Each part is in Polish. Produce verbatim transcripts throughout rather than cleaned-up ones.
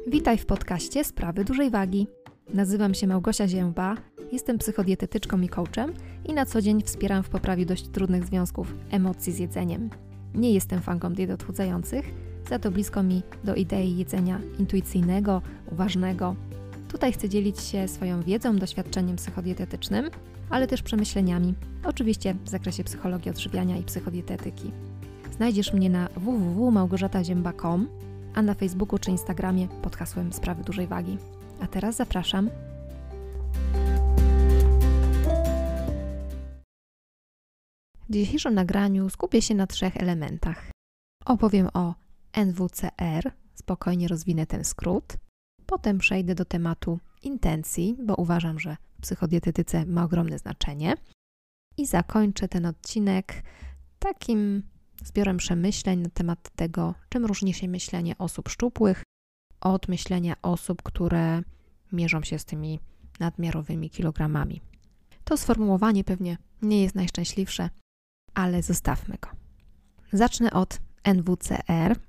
Witaj w podcaście Sprawy Dużej Wagi. Nazywam się Małgosia Zięba, jestem psychodietetyczką i coachem i na co dzień wspieram w poprawie dość trudnych związków emocji z jedzeniem. Nie jestem fanką diet odchudzających, za to blisko mi do idei jedzenia intuicyjnego, uważnego. Tutaj chcę dzielić się swoją wiedzą, doświadczeniem psychodietetycznym, ale też przemyśleniami, oczywiście w zakresie psychologii odżywiania i psychodietetyki. Znajdziesz mnie na w w w kropka małgorzata zięba kropka com, a na Facebooku czy Instagramie pod hasłem Sprawy Dużej Wagi. A teraz zapraszam. W dzisiejszym nagraniu skupię się na trzech elementach. Opowiem o N W C R, spokojnie rozwinę ten skrót. Potem przejdę do tematu intencji, bo uważam, że w psychodietetyce ma ogromne znaczenie. I zakończę ten odcinek takim zbiorem przemyśleń na temat tego, czym różni się myślenie osób szczupłych od myślenia osób, które mierzą się z tymi nadmiarowymi kilogramami. To sformułowanie pewnie nie jest najszczęśliwsze, ale zostawmy go. Zacznę od N W C R.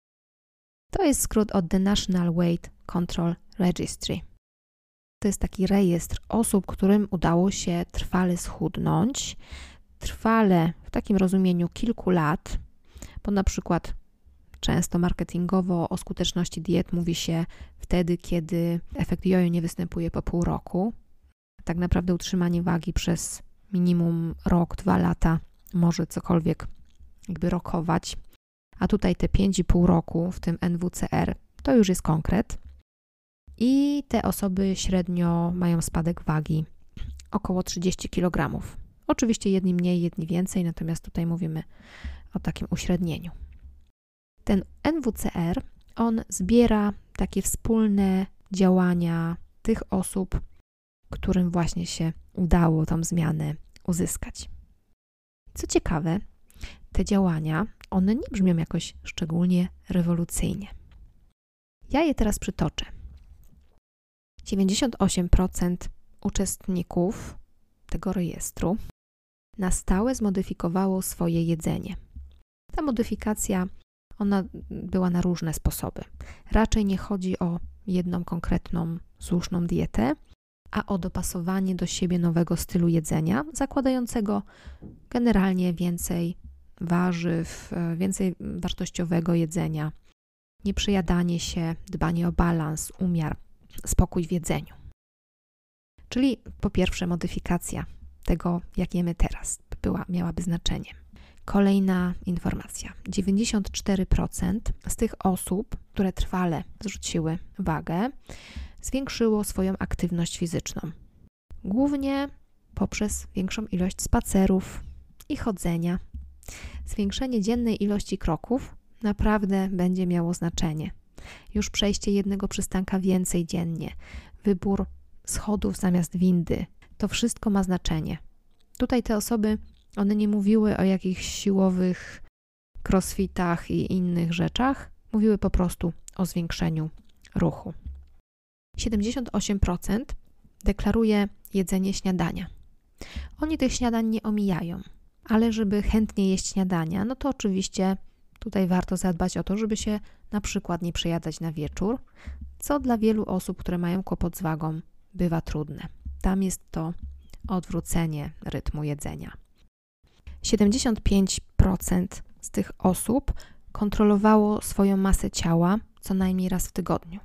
To jest skrót od The National Weight Control Registry. To jest taki rejestr osób, którym udało się trwale schudnąć, trwale w takim rozumieniu kilku lat, bo na przykład często marketingowo o skuteczności diet mówi się wtedy, kiedy efekt jojo nie występuje po pół roku. Tak naprawdę utrzymanie wagi przez minimum rok, dwa lata może cokolwiek jakby rokować, a tutaj te pięć i pół roku w tym N W C R to już jest konkret i te osoby średnio mają spadek wagi około trzydzieści kilogramów. Oczywiście jedni mniej, jedni więcej, natomiast tutaj mówimy o takim uśrednieniu. Ten N W C R, on zbiera takie wspólne działania tych osób, którym właśnie się udało tą zmianę uzyskać. Co ciekawe, te działania, one nie brzmią jakoś szczególnie rewolucyjnie. Ja je teraz przytoczę. dziewięćdziesiąt osiem procent uczestników tego rejestru na stałe zmodyfikowało swoje jedzenie. Ta modyfikacja, ona była na różne sposoby. Raczej nie chodzi o jedną konkretną, słuszną dietę, a o dopasowanie do siebie nowego stylu jedzenia, zakładającego generalnie więcej warzyw, więcej wartościowego jedzenia, nieprzejadanie się, dbanie o balans, umiar, spokój w jedzeniu. Czyli po pierwsze modyfikacja tego, jak jemy teraz, była, miałaby znaczenie. Kolejna informacja. dziewięćdziesiąt cztery procent z tych osób, które trwale zrzuciły wagę, zwiększyło swoją aktywność fizyczną. Głównie poprzez większą ilość spacerów i chodzenia. Zwiększenie dziennej ilości kroków naprawdę będzie miało znaczenie. Już przejście jednego przystanka więcej dziennie, wybór schodów zamiast windy, to wszystko ma znaczenie. Tutaj te osoby, one nie mówiły o jakichś siłowych crossfitach i innych rzeczach, mówiły po prostu o zwiększeniu ruchu. siedemdziesiąt osiem procent deklaruje jedzenie śniadania. Oni tych śniadań nie omijają, ale żeby chętnie jeść śniadania, no to oczywiście tutaj warto zadbać o to, żeby się na przykład nie przejadać na wieczór, co dla wielu osób, które mają kłopot z wagą, bywa trudne. Tam jest to odwrócenie rytmu jedzenia. siedemdziesiąt pięć procent z tych osób kontrolowało swoją masę ciała co najmniej raz w tygodniu.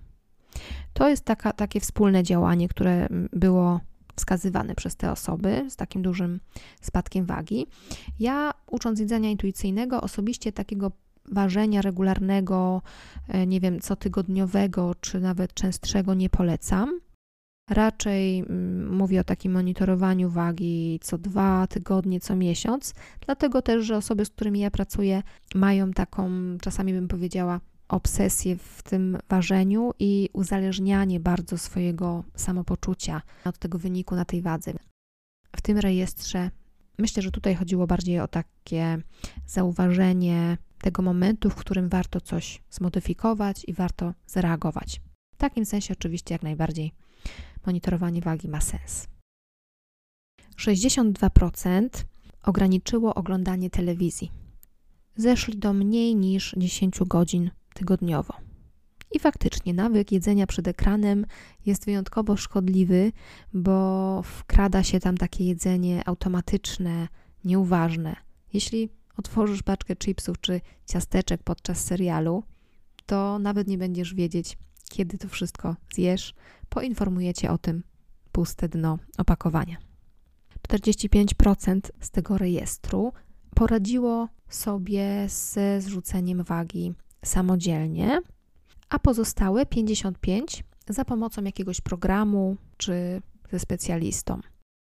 To jest taka, takie wspólne działanie, które było wskazywane przez te osoby z takim dużym spadkiem wagi. Ja, ucząc jedzenia intuicyjnego, osobiście takiego ważenia regularnego, nie wiem, cotygodniowego czy nawet częstszego nie polecam. Raczej mm, mówię o takim monitorowaniu wagi co dwa tygodnie, co miesiąc, dlatego też, że osoby, z którymi ja pracuję, mają taką, czasami bym powiedziała, obsesję w tym ważeniu i uzależnianie bardzo swojego samopoczucia od tego wyniku na tej wadze. W tym rejestrze myślę, że tutaj chodziło bardziej o takie zauważenie tego momentu, w którym warto coś zmodyfikować i warto zareagować. W takim sensie oczywiście jak najbardziej monitorowanie wagi ma sens. sześćdziesiąt dwa procent ograniczyło oglądanie telewizji. Zeszli do mniej niż dziesięć godzin tygodniowo. I faktycznie nawyk jedzenia przed ekranem jest wyjątkowo szkodliwy, bo wkrada się tam takie jedzenie automatyczne, nieuważne. Jeśli otworzysz paczkę chipsów czy ciasteczek podczas serialu, to nawet nie będziesz wiedzieć, kiedy to wszystko zjesz. Poinformuje Cię o tym puste dno opakowania. czterdzieści pięć procent z tego rejestru poradziło sobie ze zrzuceniem wagi samodzielnie, a pozostałe pięćdziesiąt pięć procent za pomocą jakiegoś programu czy ze specjalistą.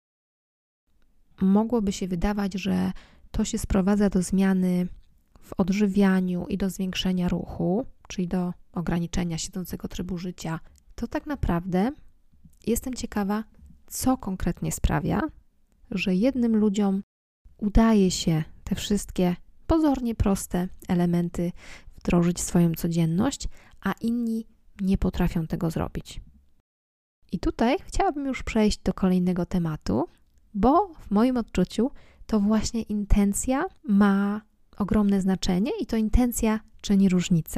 Mogłoby się wydawać, że to się sprowadza do zmiany w odżywianiu i do zwiększenia ruchu, czyli do ograniczenia siedzącego trybu życia. To tak naprawdę jestem ciekawa, co konkretnie sprawia, że jednym ludziom udaje się te wszystkie pozornie proste elementy wdrożyć w swoją codzienność, a inni nie potrafią tego zrobić. I tutaj chciałabym już przejść do kolejnego tematu, bo w moim odczuciu to właśnie intencja ma ogromne znaczenie i to intencja czyni różnicę.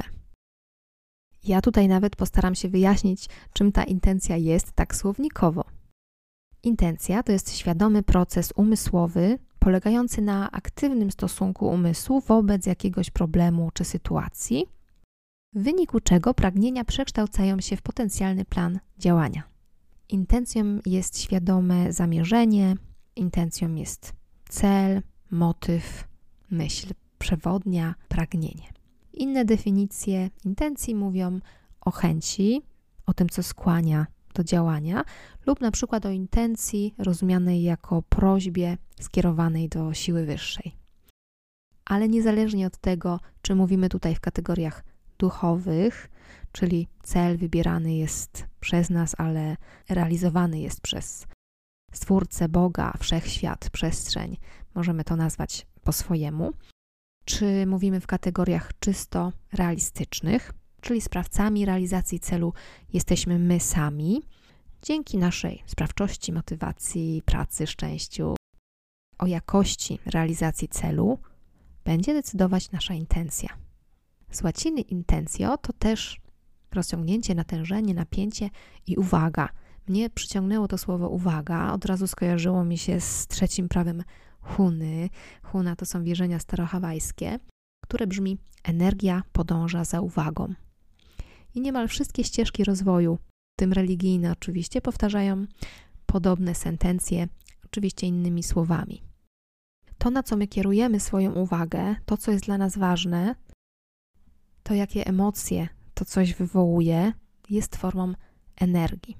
Ja tutaj nawet postaram się wyjaśnić, czym ta intencja jest tak słownikowo. Intencja to jest świadomy proces umysłowy polegający na aktywnym stosunku umysłu wobec jakiegoś problemu czy sytuacji, w wyniku czego pragnienia przekształcają się w potencjalny plan działania. Intencją jest świadome zamierzenie, intencją jest cel, motyw, myśl przewodnia, pragnienie. Inne definicje intencji mówią o chęci, o tym, co skłania do działania, lub na przykład o intencji rozumianej jako prośbie skierowanej do siły wyższej. Ale niezależnie od tego, czy mówimy tutaj w kategoriach duchowych, czyli cel wybierany jest przez nas, ale realizowany jest przez Stwórcę, Boga, Wszechświat, przestrzeń, możemy to nazwać po swojemu, czy mówimy w kategoriach czysto realistycznych, czyli sprawcami realizacji celu jesteśmy my sami, dzięki naszej sprawczości, motywacji, pracy, szczęściu. O jakości realizacji celu będzie decydować nasza intencja. Z łaciny intentio to też rozciągnięcie, natężenie, napięcie i uwaga. Mnie przyciągnęło to słowo uwaga, od razu skojarzyło mi się z trzecim prawem Huny. Huna to są wierzenia starohawajskie, które brzmi: energia podąża za uwagą. I niemal wszystkie ścieżki rozwoju, w tym religijne oczywiście, powtarzają podobne sentencje, oczywiście innymi słowami. To, na co my kierujemy swoją uwagę, to, co jest dla nas ważne, to jakie emocje to coś wywołuje, jest formą energii.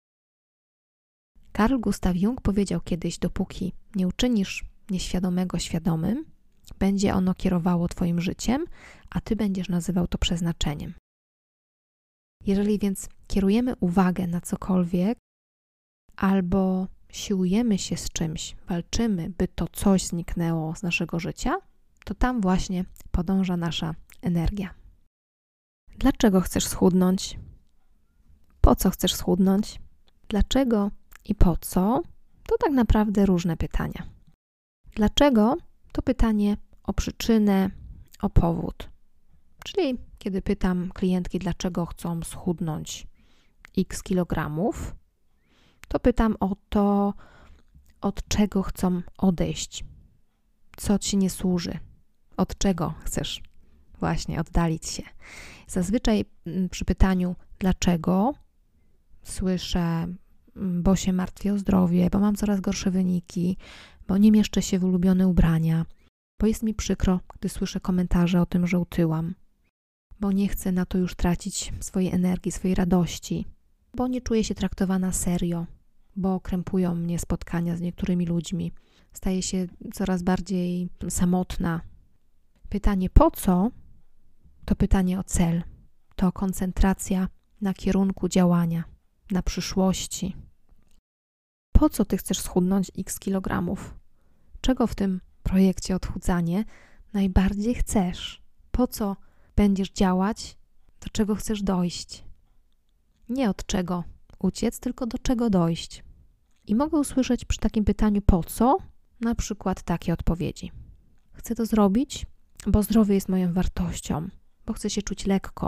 Carl Gustav Jung powiedział kiedyś: dopóki nie uczynisz nieświadomego świadomym, będzie ono kierowało Twoim życiem, a Ty będziesz nazywał to przeznaczeniem. Jeżeli więc kierujemy uwagę na cokolwiek, albo siłujemy się z czymś, walczymy, by to coś zniknęło z naszego życia, to tam właśnie podąża nasza energia. Dlaczego chcesz schudnąć? Po co chcesz schudnąć? Dlaczego i po co? To tak naprawdę różne pytania. Dlaczego? To pytanie o przyczynę, o powód. Czyli kiedy pytam klientki, dlaczego chcą schudnąć x kilogramów, to pytam o to, od czego chcą odejść, co Ci nie służy, od czego chcesz właśnie oddalić się. Zazwyczaj przy pytaniu dlaczego słyszę: bo się martwię o zdrowie, bo mam coraz gorsze wyniki, bo nie mieszczę się w ulubione ubrania, bo jest mi przykro, gdy słyszę komentarze o tym, że utyłam, bo nie chcę na to już tracić swojej energii, swojej radości, bo nie czuję się traktowana serio, bo krępują mnie spotkania z niektórymi ludźmi, staję się coraz bardziej samotna. Pytanie po co? To pytanie o cel, to koncentracja na kierunku działania, na przyszłości. Po co Ty chcesz schudnąć x kilogramów? Czego w tym projekcie odchudzanie najbardziej chcesz? Po co będziesz działać? Do czego chcesz dojść? Nie od czego uciec, tylko do czego dojść. I mogę usłyszeć przy takim pytaniu po co na przykład takie odpowiedzi. Chcę to zrobić, bo zdrowie jest moją wartością, bo chcę się czuć lekko,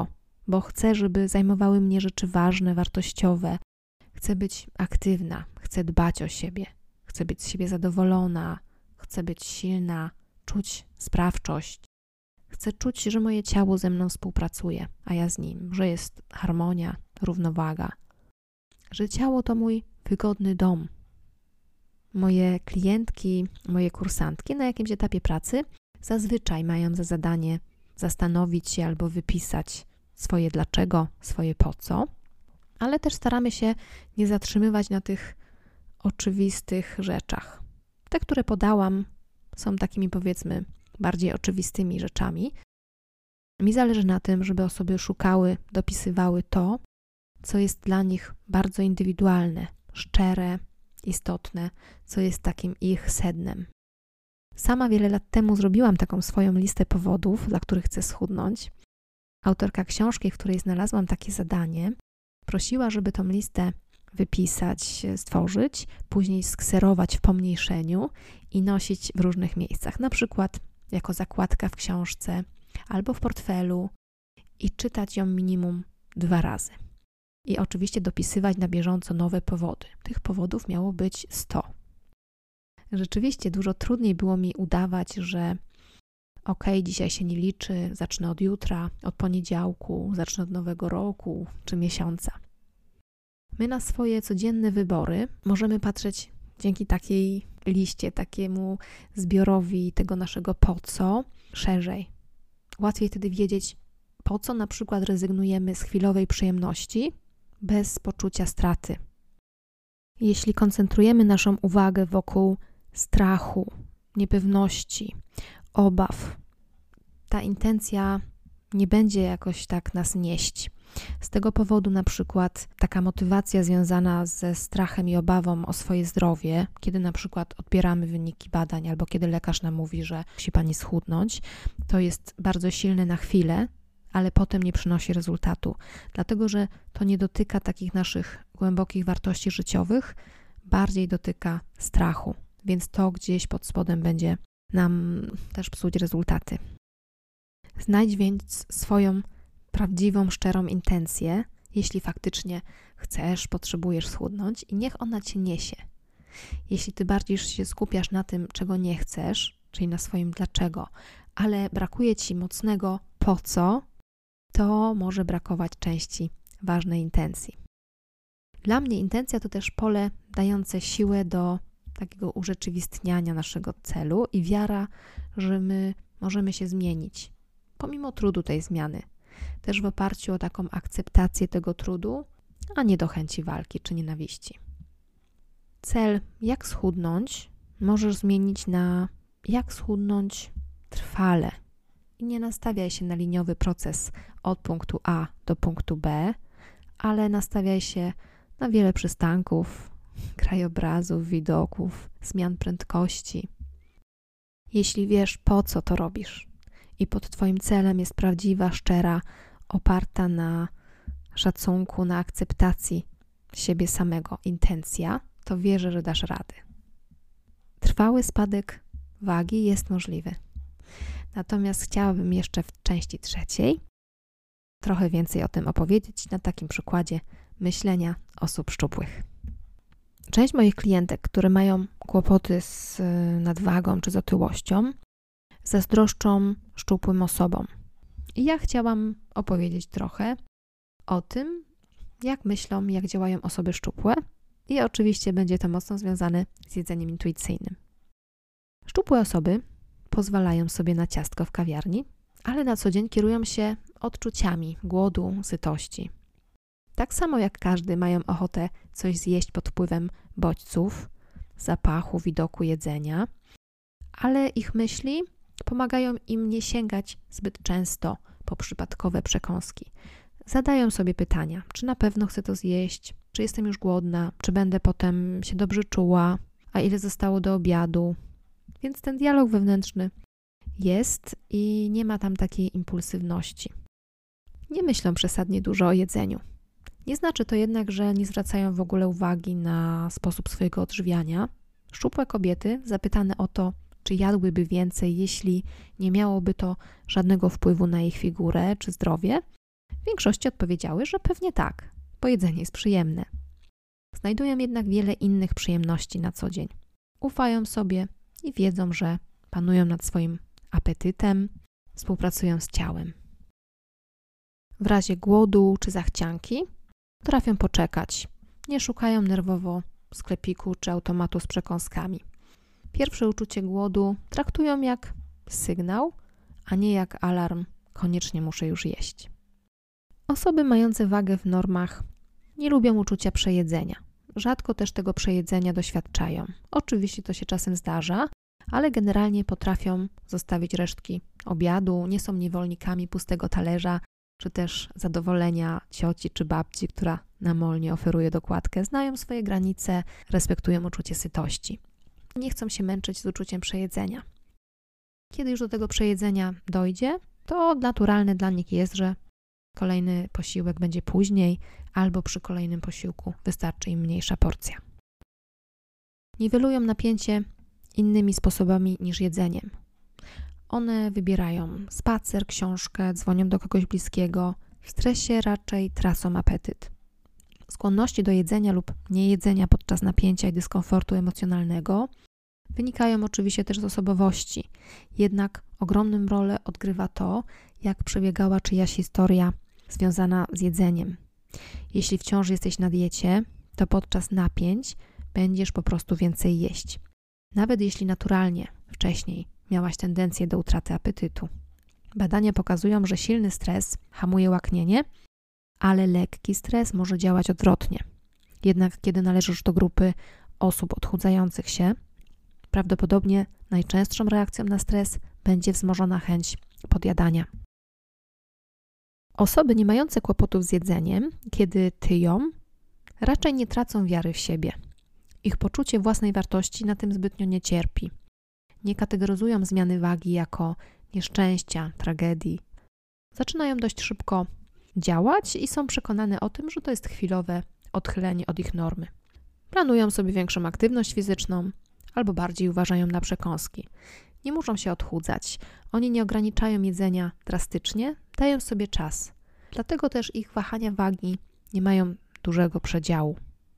bo chcę, żeby zajmowały mnie rzeczy ważne, wartościowe. Chcę być aktywna, chcę dbać o siebie, chcę być z siebie zadowolona, chcę być silna, czuć sprawczość. Chcę czuć, że moje ciało ze mną współpracuje, a ja z nim, że jest harmonia, równowaga, że ciało to mój wygodny dom. Moje klientki, moje kursantki na jakimś etapie pracy zazwyczaj mają za zadanie zastanowić się albo wypisać swoje dlaczego, swoje po co, ale też staramy się nie zatrzymywać na tych oczywistych rzeczach. Te, które podałam, są takimi, powiedzmy, bardziej oczywistymi rzeczami. Mi zależy na tym, żeby osoby szukały, dopisywały to, co jest dla nich bardzo indywidualne, szczere, istotne, co jest takim ich sednem. Sama wiele lat temu zrobiłam taką swoją listę powodów, dla których chcę schudnąć. Autorka książki, w której znalazłam takie zadanie, prosiła, żeby tą listę wypisać, stworzyć, później skserować w pomniejszeniu i nosić w różnych miejscach, na przykład jako zakładka w książce albo w portfelu i czytać ją minimum dwa razy. I oczywiście dopisywać na bieżąco nowe powody. Tych powodów miało być sto. Rzeczywiście dużo trudniej było mi udawać, że okej, okay, dzisiaj się nie liczy, zacznę od jutra, od poniedziałku, zacznę od nowego roku czy miesiąca. My na swoje codzienne wybory możemy patrzeć dzięki takiej liście, takiemu zbiorowi tego naszego po co szerzej. Łatwiej wtedy wiedzieć, po co na przykład rezygnujemy z chwilowej przyjemności bez poczucia straty. Jeśli koncentrujemy naszą uwagę wokół strachu, niepewności, obaw, ta intencja nie będzie jakoś tak nas nieść. Z tego powodu na przykład taka motywacja związana ze strachem i obawą o swoje zdrowie, kiedy na przykład odbieramy wyniki badań albo kiedy lekarz nam mówi, że musi pani schudnąć, to jest bardzo silne na chwilę, ale potem nie przynosi rezultatu, dlatego że to nie dotyka takich naszych głębokich wartości życiowych, bardziej dotyka strachu, więc to gdzieś pod spodem będzie nam też psuć rezultaty. Znajdź więc swoją prawdziwą, szczerą intencję, jeśli faktycznie chcesz, potrzebujesz schudnąć i niech ona cię niesie. Jeśli ty bardziej się skupiasz na tym, czego nie chcesz, czyli na swoim dlaczego, ale brakuje ci mocnego po co, to może brakować części ważnej intencji. Dla mnie intencja to też pole dające siłę do takiego urzeczywistniania naszego celu i wiara, że my możemy się zmienić, pomimo trudu tej zmiany. Też w oparciu o taką akceptację tego trudu, a nie do chęci walki czy nienawiści. Cel, jak schudnąć, możesz zmienić na jak schudnąć trwale. I nie nastawiaj się na liniowy proces od punktu A do punktu B, ale nastawiaj się na wiele przystanków, krajobrazów, widoków, zmian prędkości. Jeśli wiesz, po co to robisz i pod twoim celem jest prawdziwa, szczera, oparta na szacunku, na akceptacji siebie samego intencja, to wierzę, że dasz radę. Trwały spadek wagi jest możliwy. Natomiast chciałabym jeszcze w części trzeciej trochę więcej o tym opowiedzieć na takim przykładzie myślenia osób szczupłych. Część moich klientek, które mają kłopoty z nadwagą czy z otyłością, zazdroszczą szczupłym osobom. I ja chciałam opowiedzieć trochę o tym, jak myślą, jak działają osoby szczupłe i oczywiście będzie to mocno związane z jedzeniem intuicyjnym. Szczupłe osoby pozwalają sobie na ciastko w kawiarni, ale na co dzień kierują się odczuciami głodu, sytości. Tak samo jak każdy mają ochotę coś zjeść pod wpływem bodźców, zapachu, widoku, jedzenia, ale ich myśli pomagają im nie sięgać zbyt często po przypadkowe przekąski. Zadają sobie pytania, czy na pewno chcę to zjeść, czy jestem już głodna, czy będę potem się dobrze czuła, a ile zostało do obiadu. Więc ten dialog wewnętrzny jest i nie ma tam takiej impulsywności. Nie myślą przesadnie dużo o jedzeniu. Nie znaczy to jednak, że nie zwracają w ogóle uwagi na sposób swojego odżywiania. Szczupłe kobiety, zapytane o to, czy jadłyby więcej, jeśli nie miałoby to żadnego wpływu na ich figurę czy zdrowie, W większości odpowiedziały, że pewnie tak, bo jedzenie jest przyjemne. Znajdują jednak wiele innych przyjemności na co dzień. Ufają sobie i wiedzą, że panują nad swoim apetytem, współpracują z ciałem. W razie głodu czy zachcianki potrafią poczekać. Nie szukają nerwowo sklepiku czy automatu z przekąskami. Pierwsze uczucie głodu traktują jak sygnał, a nie jak alarm, koniecznie muszę już jeść. Osoby mające wagę w normach nie lubią uczucia przejedzenia. Rzadko też tego przejedzenia doświadczają. Oczywiście to się czasem zdarza, ale generalnie potrafią zostawić resztki obiadu, nie są niewolnikami pustego talerza, czy też zadowolenia cioci czy babci, która namolnie oferuje dokładkę. Znają swoje granice, respektują uczucie sytości. Nie chcą się męczyć z uczuciem przejedzenia. Kiedy już do tego przejedzenia dojdzie, to naturalne dla nich jest, że kolejny posiłek będzie później, albo przy kolejnym posiłku wystarczy im mniejsza porcja. Niwelują napięcie innymi sposobami niż jedzeniem. One wybierają spacer, książkę, dzwonią do kogoś bliskiego. W stresie raczej tracą apetyt. Skłonności do jedzenia lub niejedzenia podczas napięcia i dyskomfortu emocjonalnego wynikają oczywiście też z osobowości. Jednak ogromną rolę odgrywa to, jak przebiegała czyjaś historia związana z jedzeniem. Jeśli wciąż jesteś na diecie, to podczas napięć będziesz po prostu więcej jeść. Nawet jeśli naturalnie wcześniej miałaś tendencję do utraty apetytu. Badania pokazują, że silny stres hamuje łaknienie, ale lekki stres może działać odwrotnie. Jednak kiedy należysz do grupy osób odchudzających się, prawdopodobnie najczęstszą reakcją na stres będzie wzmożona chęć podjadania. Osoby nie mające kłopotów z jedzeniem, kiedy tyją, raczej nie tracą wiary w siebie. Ich poczucie własnej wartości na tym zbytnio nie cierpi. Nie kategoryzują zmiany wagi jako nieszczęścia, tragedii. Zaczynają dość szybko działać i są przekonane o tym, że to jest chwilowe odchylenie od ich normy. Planują sobie większą aktywność fizyczną albo bardziej uważają na przekąski. Nie muszą się odchudzać. Oni nie ograniczają jedzenia drastycznie, dają sobie czas. Dlatego też ich wahania wagi nie mają dużego przedziału.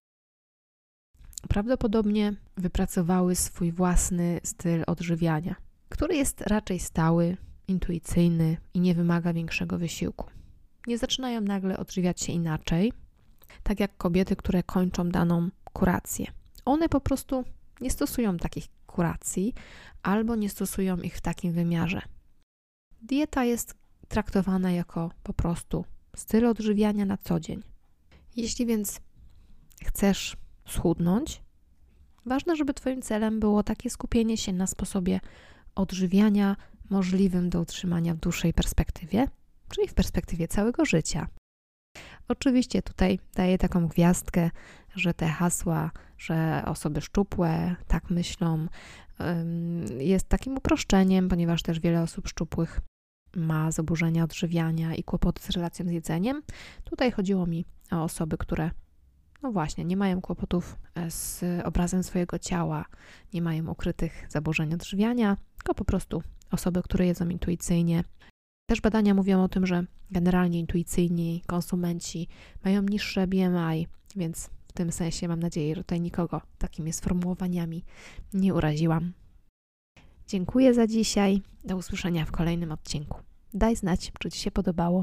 Prawdopodobnie wypracowały swój własny styl odżywiania, który jest raczej stały, intuicyjny i nie wymaga większego wysiłku. Nie zaczynają nagle odżywiać się inaczej, tak jak kobiety, które kończą daną kurację. One po prostu nie stosują takich kuracji albo nie stosują ich w takim wymiarze. Dieta jest traktowana jako po prostu styl odżywiania na co dzień. Jeśli więc chcesz schudnąć, ważne, żeby Twoim celem było takie skupienie się na sposobie odżywiania możliwym do utrzymania w dłuższej perspektywie, czyli w perspektywie całego życia. Oczywiście tutaj daję taką gwiazdkę, że te hasła, że osoby szczupłe tak myślą, jest takim uproszczeniem, ponieważ też wiele osób szczupłych ma zaburzenia odżywiania i kłopoty z relacją z jedzeniem. Tutaj chodziło mi o osoby, które no właśnie, nie mają kłopotów z obrazem swojego ciała, nie mają ukrytych zaburzeń odżywiania, tylko po prostu osoby, które jedzą intuicyjnie. Też badania mówią o tym, że generalnie intuicyjni konsumenci mają niższe B M I, więc w tym sensie mam nadzieję, że tutaj nikogo takimi sformułowaniami nie uraziłam. Dziękuję za dzisiaj. Do usłyszenia w kolejnym odcinku. Daj znać, czy Ci się podobało.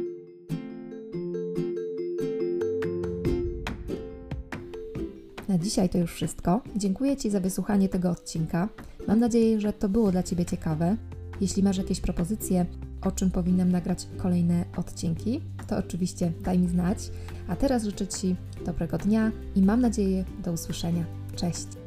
Na dzisiaj to już wszystko. Dziękuję Ci za wysłuchanie tego odcinka. Mam nadzieję, że to było dla Ciebie ciekawe. Jeśli masz jakieś propozycje, o czym powinnam nagrać kolejne odcinki, to oczywiście daj mi znać. A teraz życzę Ci dobrego dnia i mam nadzieję do usłyszenia. Cześć!